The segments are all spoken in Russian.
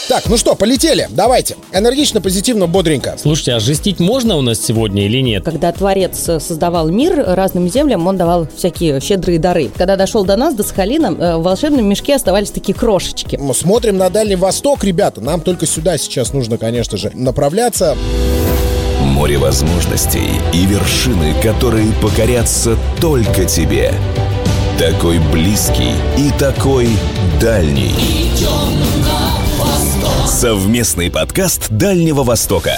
Так, ну что, полетели, давайте. Энергично, позитивно, бодренько. Слушайте, а жестить можно у нас сегодня или нет? Когда Творец создавал мир разным землям, он давал всякие щедрые дары. Когда дошел до нас, до Сахалина, в волшебном мешке оставались такие крошечки. Мы смотрим на Дальний Восток, ребята. Нам только сюда сейчас нужно, конечно же, направляться. Море возможностей и вершины, которые покорятся только тебе. Такой близкий и такой дальний. Совместный подкаст Дальнего Востока.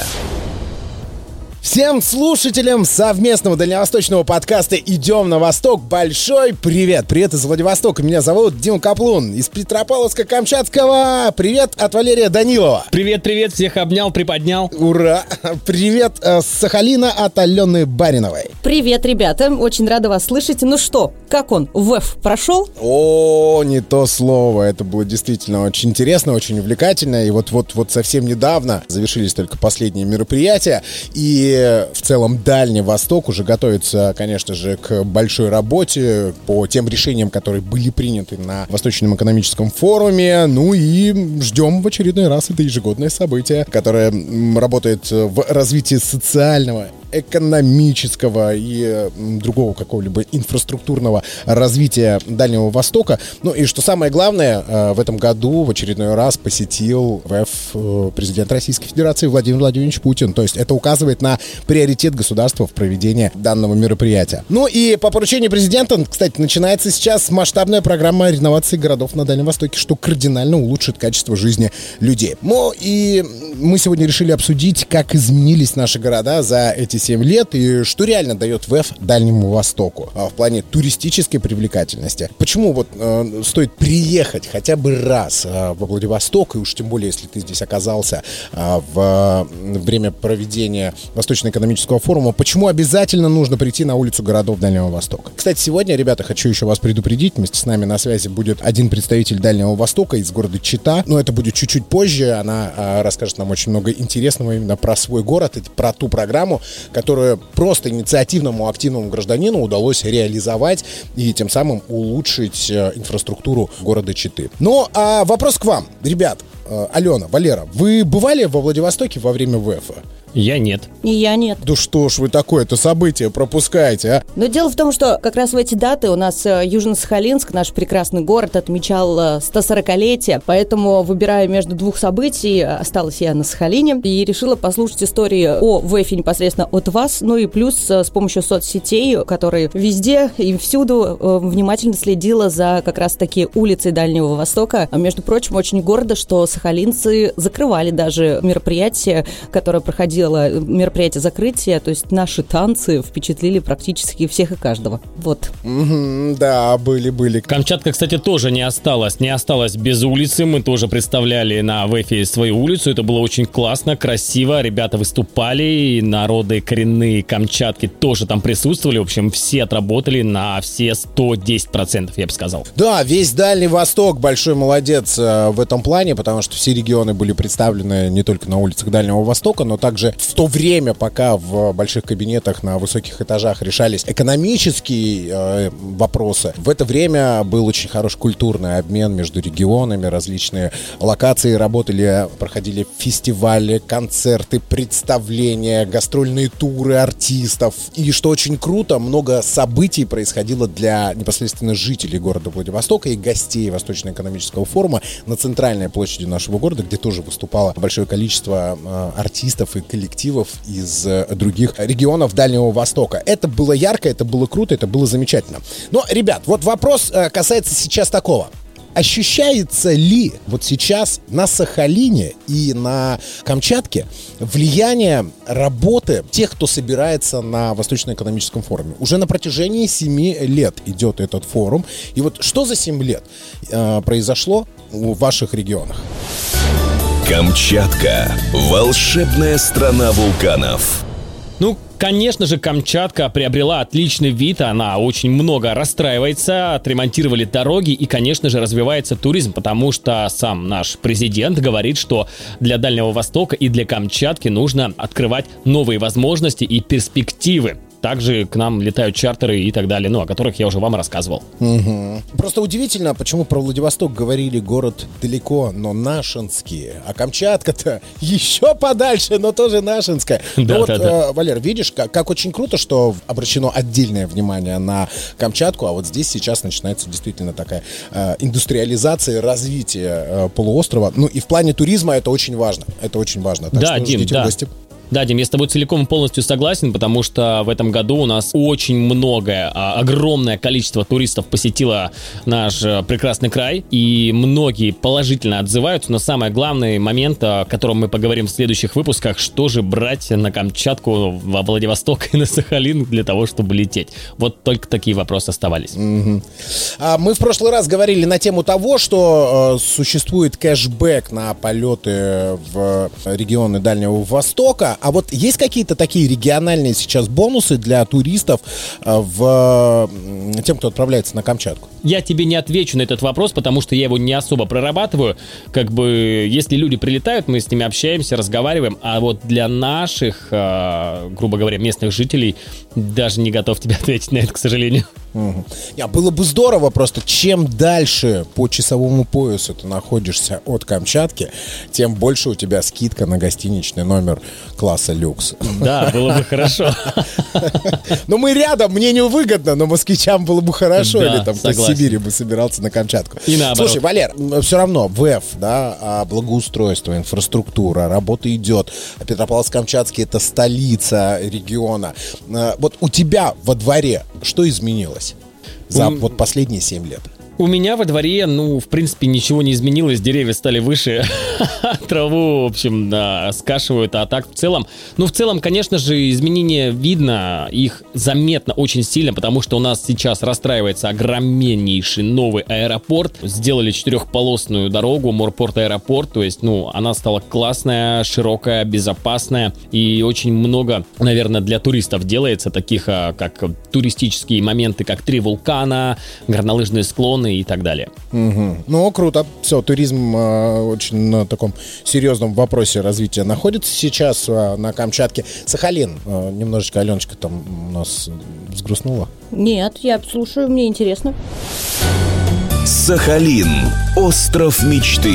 Всем слушателям совместного дальневосточного подкаста «Идем на восток» большой привет! Привет из Владивостока. Меня зовут Дима Каплун из Петропавловска-Камчатского. Привет от Валерия Данилова. Привет, всех обнял, приподнял. Ура! Привет с Сахалина от Алены Бариновой. Привет, ребята, очень рада вас слышать. Ну что, как он, ВЭФ прошел? О, не то слово. Это было действительно очень интересно, очень увлекательно. И вот совсем недавно завершились только последние мероприятия. И в целом Дальний Восток уже готовится, конечно же, к большой работе по тем решениям, которые были приняты на Восточном экономическом форуме. Ну и ждем в очередной раз это ежегодное событие, которое работает в развитии социального, экономического и другого какого-либо инфраструктурного развития Дальнего Востока. Ну и что самое главное, в этом году в очередной раз посетил ВЭФ президент Российской Федерации Владимир Владимирович Путин. То есть это указывает на приоритет государства в проведении данного мероприятия. Ну и по поручению президента, кстати, начинается сейчас масштабная программа реновации городов на Дальнем Востоке, что кардинально улучшит качество жизни людей. Ну и мы сегодня решили обсудить, как изменились наши города за эти 7 лет и что реально дает ВЭФ Дальнему Востоку в плане туристической привлекательности. Почему стоит приехать хотя бы раз во Владивосток, и уж тем более, если ты здесь оказался в время проведения Восточно-экономического форума, почему обязательно нужно прийти на улицу городов Дальнего Востока? Кстати, сегодня, ребята, хочу еще вас предупредить, вместе с нами на связи будет один представитель Дальнего Востока из города Чита, но это будет чуть-чуть позже, она расскажет нам очень много интересного именно про свой город, про ту программу, которую просто инициативному, активному гражданину удалось реализовать и тем самым улучшить инфраструктуру города Читы. Ну, а вопрос к вам, ребят. Алена, Валера, вы бывали во Владивостоке во время ВЭФа? Я нет. И я нет. Да что ж вы такое-то событие пропускаете, а? Но дело в том, что как раз в эти даты у нас Южно-Сахалинск, наш прекрасный город, отмечал 140-летие, поэтому, выбирая между двух событий, осталась я на Сахалине и решила послушать истории о ВЭФе непосредственно от вас, ну и плюс с помощью соцсетей, которые везде и всюду внимательно следила за как раз-таки улицей Дальнего Востока. Между прочим, очень гордо, что сахалинцы закрывали даже мероприятие, которое проходило мероприятие закрытия, то есть наши танцы впечатлили практически всех и каждого. Вот. Да, были. Камчатка, кстати, тоже не осталась без улицы. Мы тоже представляли на ВЭФе свою улицу. Это было очень классно, красиво. Ребята выступали, и народы коренные Камчатки тоже там присутствовали. В общем, все отработали на все 110%, я бы сказал. Да, весь Дальний Восток большой молодец в этом плане, потому что все регионы были представлены не только на улицах Дальнего Востока, но также в то время, пока в больших кабинетах на высоких этажах решались экономические вопросы, в это время был очень хороший культурный обмен между регионами, различные локации работали, проходили фестивали, концерты, представления, гастрольные туры артистов. И что очень круто, много событий происходило для непосредственно жителей города Владивостока и гостей Восточно-экономического форума на центральной площади нашего города, где тоже выступало большое количество артистов и коллективов из других регионов Дальнего Востока. Это было ярко, это было круто, это было замечательно. Но, ребят, вот вопрос касается сейчас такого. Ощущается ли вот сейчас на Сахалине и на Камчатке влияние работы тех, кто собирается на Восточно-экономическом форуме? Уже на протяжении 7 лет идет этот форум. И вот что за 7 лет произошло в ваших регионах? Камчатка – волшебная страна вулканов. Ну, конечно же, Камчатка приобрела отличный вид, она очень много расстраивается, отремонтировали дороги и, конечно же, развивается туризм, потому что сам наш президент говорит, что для Дальнего Востока и для Камчатки нужно открывать новые возможности и перспективы. также к нам летают чартеры и так далее, о которых я уже вам рассказывал. Угу. Просто удивительно, почему про Владивосток говорили город далеко, но нашинский, а Камчатка-то еще подальше, но тоже нашинская. Валер, видишь, как очень круто, что обращено отдельное внимание на Камчатку, а вот здесь сейчас начинается действительно такая индустриализация, развитие полуострова. И в плане туризма это очень важно. Это очень важно. Так что Дим, ждите в гости. Да, Дим, я с тобой целиком и полностью согласен, потому что в этом году у нас очень многое, огромное количество туристов посетило наш прекрасный край, и многие положительно отзываются, но самый главный момент, о котором мы поговорим в следующих выпусках, что же брать на Камчатку, во Владивосток и на Сахалин для того, чтобы лететь. Вот только такие вопросы оставались. Мы в прошлый раз говорили на тему того, что существует кэшбэк на полеты в регионы Дальнего Востока. А вот есть какие-то такие региональные сейчас бонусы для туристов тем, кто отправляется на Камчатку? Я тебе не отвечу на этот вопрос, потому что я его не особо прорабатываю. Если люди прилетают, мы с ними общаемся, разговариваем, а вот для наших, грубо говоря, местных жителей даже не готов тебе ответить на это, к сожалению. Было бы здорово просто, чем дальше по часовому поясу ты находишься от Камчатки, тем больше у тебя скидка на гостиничный номер класса люкс. Да, было бы хорошо. Но мы рядом, мне невыгодно, но москвичам было бы хорошо. Да, или там из Сибири бы собирался на Камчатку. И наоборот. Слушай, Валер, все равно ВЭФ, да, благоустройство, инфраструктура, работа идет. Петропавловск-Камчатский — это столица региона. Вот у тебя во дворе что изменилось за последние 7 лет? У меня во дворе, в принципе, ничего не изменилось, деревья стали выше, траву, в общем, скашивают, а так в целом, конечно же, изменения видно, их заметно очень сильно, потому что у нас сейчас расстраивается огромнейший новый аэропорт, сделали 4-полосную дорогу, морпорт-аэропорт, то есть, она стала классная, широкая, безопасная, и очень много, наверное, для туристов делается, таких, как туристические моменты, как 3 вулкана, горнолыжные склоны, и так далее. Круто. Все, туризм очень на таком серьезном вопросе развития находится сейчас на Камчатке. Сахалин. Немножечко Аленочка там у нас взгрустнула. Нет, я слушаю, мне интересно. Сахалин. Остров мечты.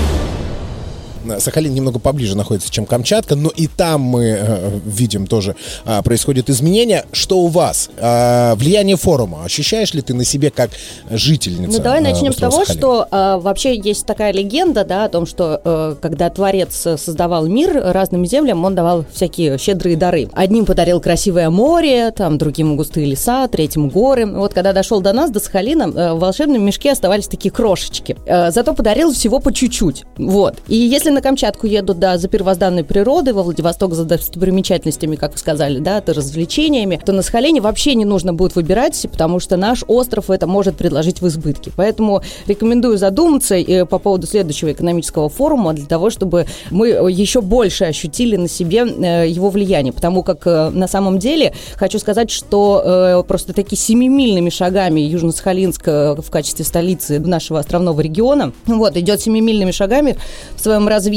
Сахалин немного поближе находится, чем Камчатка, но и там мы видим тоже происходят изменения. Что у вас? Влияние форума. Ощущаешь ли ты на себе как жительница? Давай начнем с того, Сахалина? что вообще есть такая легенда, о том, что когда Творец создавал мир разным землям, он давал всякие щедрые дары. Одним подарил красивое море, другим густые леса, третьим горы. Вот когда дошел до нас, до Сахалина, в волшебном мешке оставались такие крошечки. Зато подарил всего по чуть-чуть. Вот. И если на Камчатку едут, за первозданной природой, во Владивосток за достопримечательностями, как вы сказали, то развлечениями, то на Сахалине вообще не нужно будет выбирать, потому что наш остров это может предложить в избытке. Поэтому рекомендую задуматься по поводу следующего экономического форума для того, чтобы мы еще больше ощутили на себе его влияние. Потому как на самом деле хочу сказать, что просто таки 7-мильными шагами Южно-Сахалинск в качестве столицы нашего островного региона идет 7-мильными шагами в своем развитии.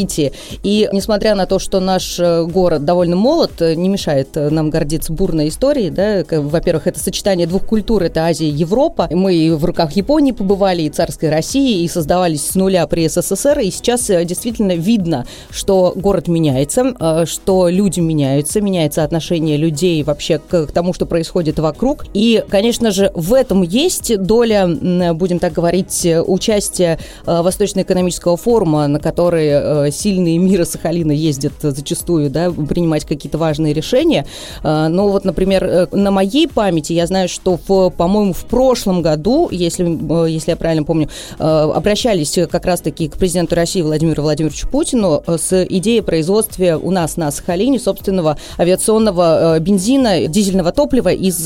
И несмотря на то, что наш город довольно молод, не мешает нам гордиться бурной историей. Во-первых, это сочетание 2 культур, это Азия и Европа. Мы и в руках Японии побывали, и царской России, и создавались с нуля при СССР. И сейчас действительно видно, что город меняется, что люди меняются отношение людей вообще к тому, что происходит вокруг. И, конечно же, в этом есть доля, будем так говорить, участия Восточно-экономического форума, на который сильные мира Сахалина ездят зачастую, принимать какие-то важные решения. Например, на моей памяти я знаю, что, по-моему, в прошлом году, если я правильно помню, обращались как раз-таки к президенту России Владимиру Владимировичу Путину с идеей производства у нас на Сахалине собственного авиационного бензина, дизельного топлива из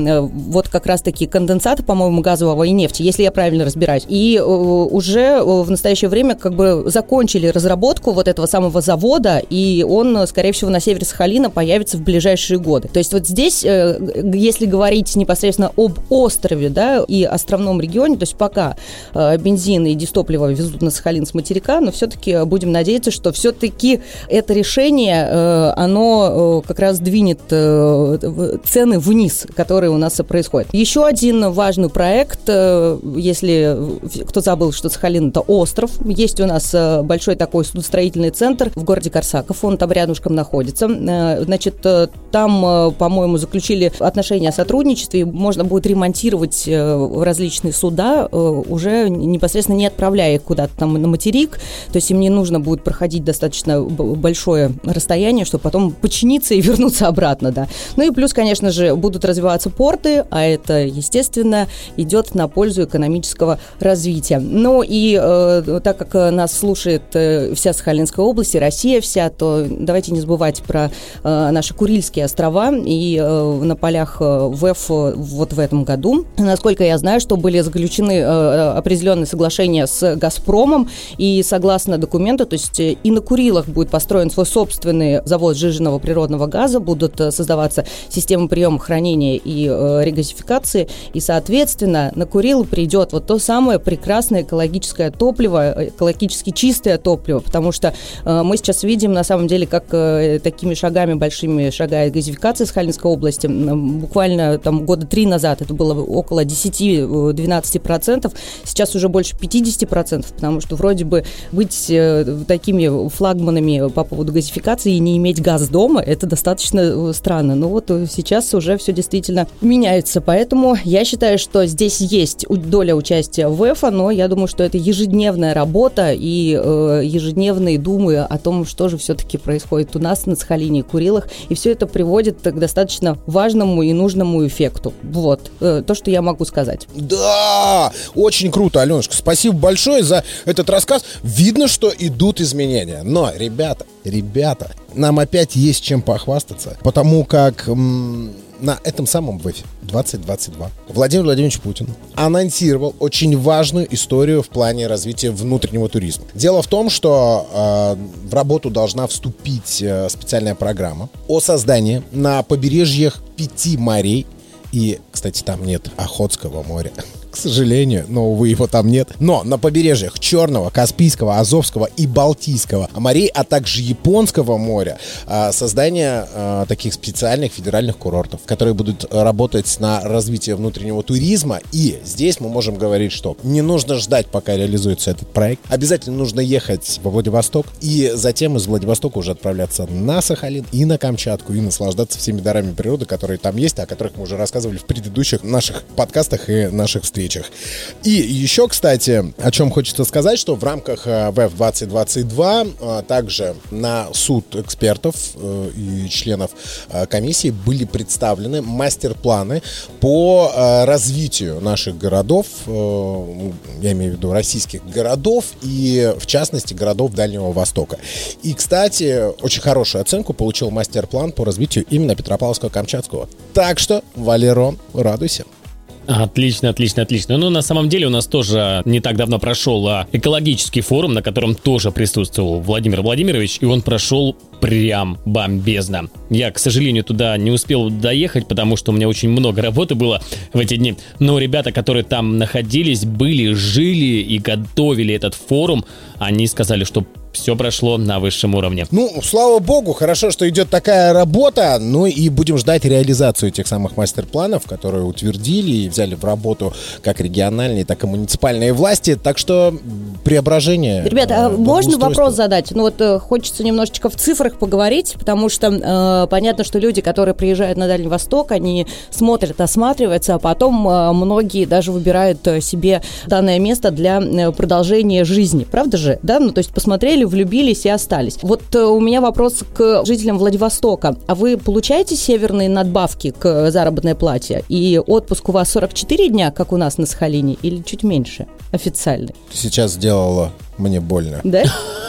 как раз-таки конденсата, по-моему, газового и нефти, если я правильно разбираюсь. И уже в настоящее время закончили разработку разработку вот этого самого завода, и он, скорее всего, на севере Сахалина появится в ближайшие годы. То есть вот здесь, если говорить непосредственно об острове, да, и островном регионе, то есть пока бензин и дистопливо везут на Сахалин с материка, но все-таки будем надеяться, что все-таки это решение, оно как раз двинет цены вниз, которые у нас происходят. Еще один важный проект, если кто забыл, что Сахалин — это остров, есть у нас большой такой судостроительный центр в городе Корсаков, он там рядышком находится. Значит, там, по-моему, заключили отношения о сотрудничестве, можно будет ремонтировать различные суда, уже непосредственно не отправляя их куда-то там на материк, то есть им не нужно будет проходить достаточно большое расстояние, чтобы потом починиться и вернуться обратно, да. Ну и плюс, конечно же, будут развиваться порты, а это, естественно, идет на пользу экономического развития. Ну и так как нас слушает вся Сахалинская область и Россия вся, то давайте не забывать про наши Курильские острова. И на полях ВЭФ вот в этом году, насколько я знаю, что были заключены определенные соглашения с «Газпромом», и согласно документу, то есть и на Курилах будет построен свой собственный завод сжиженного природного газа, будут создаваться системы приема, хранения и регазификации, и, соответственно, на Курилы придет вот то самое прекрасное экологическое топливо, экологически чистое топливо, потому что мы сейчас видим, на самом деле, как такими шагами, большими шагает газификация Сахалинской области. Буквально там года 3 назад это было около 10-12%, сейчас уже больше 50%, потому что вроде бы быть такими флагманами по поводу газификации и не иметь газ дома, это достаточно странно. Но вот сейчас уже все действительно меняется, поэтому я считаю, что здесь есть доля участия ВЭФа, но я думаю, что это ежедневная работа и ежедневные думы о том, что же все-таки происходит у нас на Сахалине и Курилах, и все это приводит к достаточно важному и нужному эффекту. Вот, то, что я могу сказать. Да, очень круто, Аленушка, спасибо большое за этот рассказ. Видно, что идут изменения, но, ребята, нам опять есть чем похвастаться, потому как на этом самом ВЭФе 2022 Владимир Владимирович Путин анонсировал очень важную историю в плане развития внутреннего туризма. Дело в том, что в работу должна вступить специальная программа о создании на побережьях 5 морей. И, кстати, там нет Охотского моря, к сожалению, но, увы, его там нет. Но на побережьях Черного, Каспийского, Азовского и Балтийского морей, а также Японского моря, создание таких специальных федеральных курортов, которые будут работать на развитие внутреннего туризма. И здесь мы можем говорить, что не нужно ждать, пока реализуется этот проект. Обязательно нужно ехать во Владивосток и затем из Владивостока уже отправляться на Сахалин и на Камчатку и наслаждаться всеми дарами природы, которые там есть, о которых мы уже рассказывали в предыдущих наших подкастах и наших встречах. И еще, кстати, о чем хочется сказать, что в рамках ВЭФ 2022 также на суд экспертов и членов комиссии были представлены мастер-планы по развитию наших городов, я имею в виду российских городов и, в частности, городов Дальнего Востока. И, кстати, очень хорошую оценку получил мастер-план по развитию именно Петропавловска-Камчатского. Так что, Валерон, радуйся. Отлично. Ну, на самом деле у нас тоже не так давно прошел экологический форум, на котором тоже присутствовал Владимир Владимирович, и он прошел прям бомбезно. Я, к сожалению, туда не успел доехать, потому что у меня очень много работы было в эти дни. Но ребята, которые там находились, были, жили и готовили этот форум, они сказали, что все прошло на высшем уровне. Ну, слава богу, хорошо, что идет такая работа. Ну и будем ждать реализацию тех самых мастер-планов, которые утвердили и взяли в работу как региональные, так и муниципальные власти. Так что преображение. Ребята, а можно вопрос задать? Ну вот хочется немножечко в цифрах поговорить, потому что понятно, что люди, которые приезжают на Дальний Восток, они смотрят, осматриваются, а потом многие даже выбирают себе данное место для продолжения жизни. Правда же? Да? Ну, то есть посмотрели, влюбились и остались. Вот у меня вопрос к жителям Владивостока. А вы получаете северные надбавки к заработной плате? И отпуск у вас 44 дня, как у нас на Сахалине, или чуть меньше официальный? Ты сейчас сделала мне больно. Да?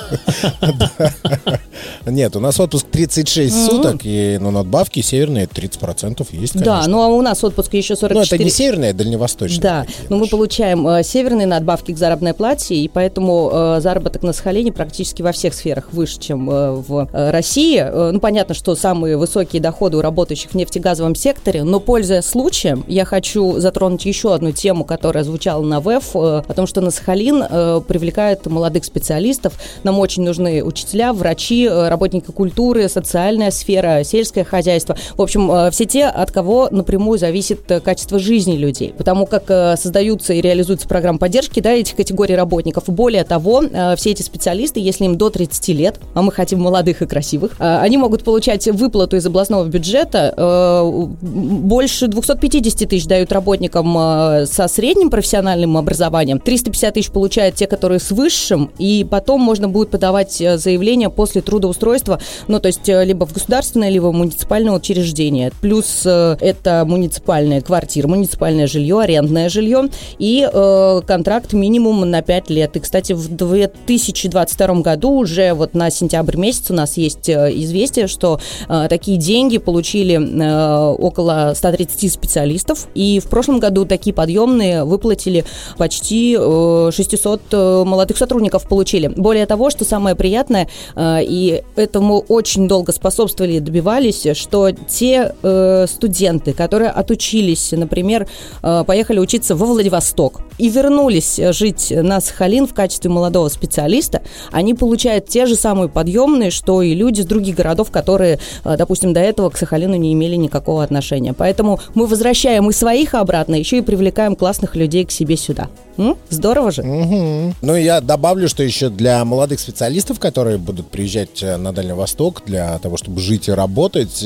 Нет, у нас отпуск 36 суток, и надбавки северные 30% есть, конечно. Да, ну а у нас отпуск еще 44. Ну, это не северные, а дальневосточные. Да, но мы получаем северные надбавки к заработной плате, и поэтому заработок на Сахалине практически во всех сферах выше, чем в России. Ну, понятно, что самые высокие доходы у работающих в нефтегазовом секторе, но, пользуясь случаем, я хочу затронуть еще одну тему, которая звучала на ВЭФ, о том, что на Сахалин привлекают молодых специалистов. Нам очень нужны учителя, врачи, работники культуры, социальная сфера, сельское хозяйство. В общем, все те, от кого напрямую зависит качество жизни людей. Потому как создаются и реализуются программы поддержки, да, этих категорий работников. И более того, все эти специалисты, если им до 30 лет, а мы хотим молодых и красивых, они могут получать выплату из областного бюджета. Больше 250 тысяч дают работникам со средним профессиональным образованием, 350 тысяч получают те, которые с высшим, и потом можно будет подавать заявление после трудоустройства, ну, то есть либо в государственное, либо в муниципальное учреждение. Плюс это муниципальная квартира, муниципальное жилье, арендное жилье и контракт минимум на 5 лет. И, кстати, в 2022 году уже вот на сентябрь месяц у нас есть известие, что такие деньги получили около 130 специалистов, и в прошлом году такие подъемные выплатили почти 600 молодых сотрудников получили. Более того, что самое приятное, и этому очень долго способствовали и добивались, что те студенты, которые отучились, например, поехали учиться во Владивосток и вернулись жить на Сахалин в качестве молодого специалиста, они получают те же самые подъемные, что и люди из других городов, которые, допустим, до этого к Сахалину не имели никакого отношения. Поэтому мы возвращаем и своих обратно, еще и привлекаем классных людей к себе сюда. Здорово же. Ну, я добавлю, что еще для молодых специалистов, которые будут приезжать на Дальний Восток для того, чтобы жить и работать,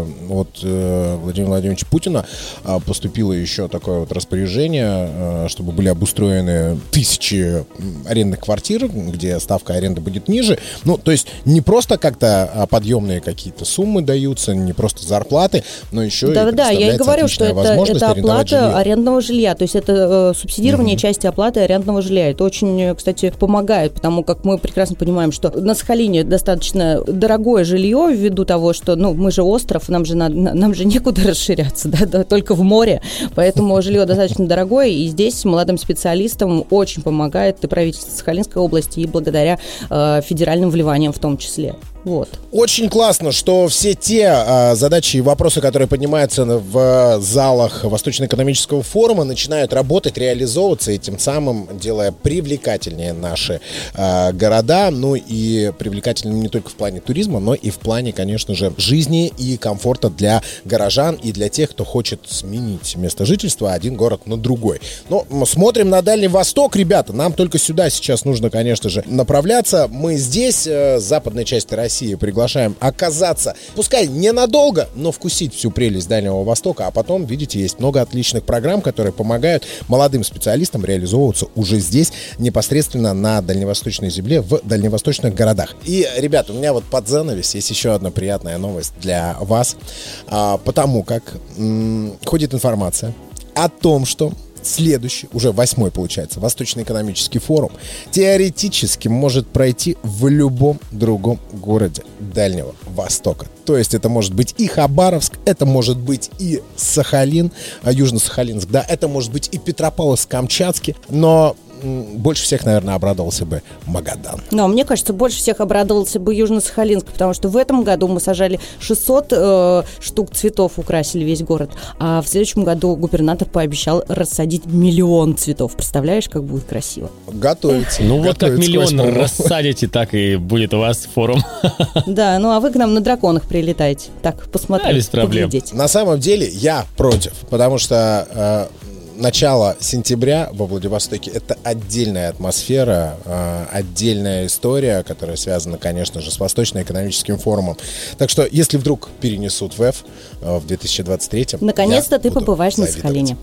от Владимира Владимировича Путина поступило еще такое вот распоряжение, чтобы были обустроены 1000 арендных квартир, где ставка аренды будет ниже. Ну, то есть не просто как-то подъемные какие-то суммы даются, не просто зарплаты, но еще и да, я и говорю, что это оплата арендного жилья, то есть это субсидирование части оплаты арендного жилья. Это очень, кстати, помогает, потому как мы прекрасно понимаем, что на Сахалине достаточно дорогое жилье ввиду того, что, мы же остров, нам же некуда расширяться, да, только в море, поэтому жилье достаточно дорогое, и здесь молодым специалистам очень помогает и правительство Сахалинской области, и благодаря федеральным вливаниям в том числе. Вот. Очень классно, что все те задачи и вопросы, которые поднимаются в залах Восточно-экономического форума, начинают работать, реализовываться, и тем самым делая привлекательнее наши города, ну и привлекательными не только в плане туризма, но и в плане, конечно же, жизни и комфорта для горожан и для тех, кто хочет сменить место жительства один город на другой. Но смотрим на Дальний Восток, ребята, нам только сюда сейчас нужно, конечно же, направляться. Мы здесь, с западной части России, приглашаем оказаться, пускай ненадолго, но вкусить всю прелесть Дальнего Востока, а потом, видите, есть много отличных программ, которые помогают молодым специалистам реализовываться уже здесь, непосредственно на дальневосточной земле, в дальневосточных городах. И, ребята, у меня вот под занавес есть еще одна приятная новость для вас, потому как ходит информация о том, что следующий, уже 8-й, получается, Восточно-экономический форум теоретически может пройти в любом другом городе Дальнего Востока. То есть это может быть и Хабаровск, это может быть и Сахалин, Южно-Сахалинск, да, это может быть и Петропавловск-Камчатский, но больше всех, наверное, обрадовался бы Магадан. Но мне кажется, больше всех обрадовался бы Южно-Сахалинск, потому что в этом году мы сажали 600 штук цветов, украсили весь город, а в следующем году губернатор пообещал рассадить 1 миллион цветов. Представляешь, как будет красиво? Готовится. Ну вот как 1 миллион рассадите, так и будет у вас форум. Да, ну а вы к нам на драконах прилетаете. Так, посмотреть, без проблем. поглядеть. На самом деле я против, потому что начало сентября во Владивостоке — это отдельная атмосфера, отдельная история, которая связана, конечно же, с Восточно-экономическим форумом. Так что, если вдруг перенесут ВЭФ в 2023-м... Наконец-то ты побываешь на Сахалине.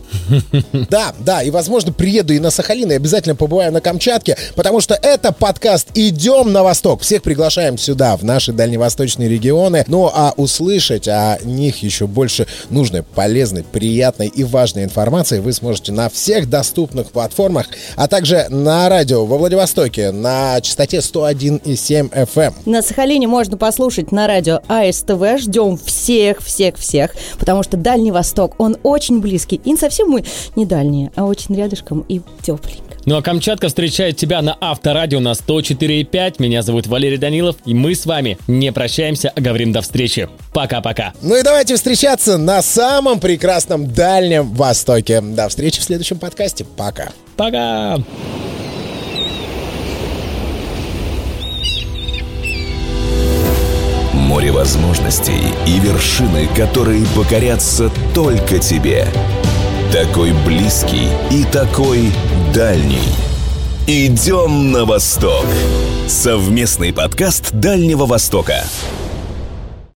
Да, и, возможно, приеду и на Сахалин, и обязательно побываю на Камчатке, потому что это подкаст «Идем на восток». Всех приглашаем сюда, в наши дальневосточные регионы. Ну, а услышать о них еще больше нужной, полезной, приятной и важной информации вы сможете сможете на всех доступных платформах, а также на радио во Владивостоке на частоте 101,7 FM. На Сахалине можно послушать на радио АСТВ. Ждем всех, потому что Дальний Восток, он очень близкий. И совсем мы не дальние, а очень рядышком и тепленько. Ну а Камчатка встречает тебя на Авторадио на 104,5. Меня зовут Валерий Данилов, и мы с вами не прощаемся, а говорим до встречи. Пока-пока. Ну и давайте встречаться на самом прекрасном Дальнем Востоке. До встречи в следующем подкасте. Пока. Пока. Море возможностей и вершины, которые покорятся только тебе. Такой близкий и такой дальний. Идем на восток. Совместный подкаст Дальнего Востока.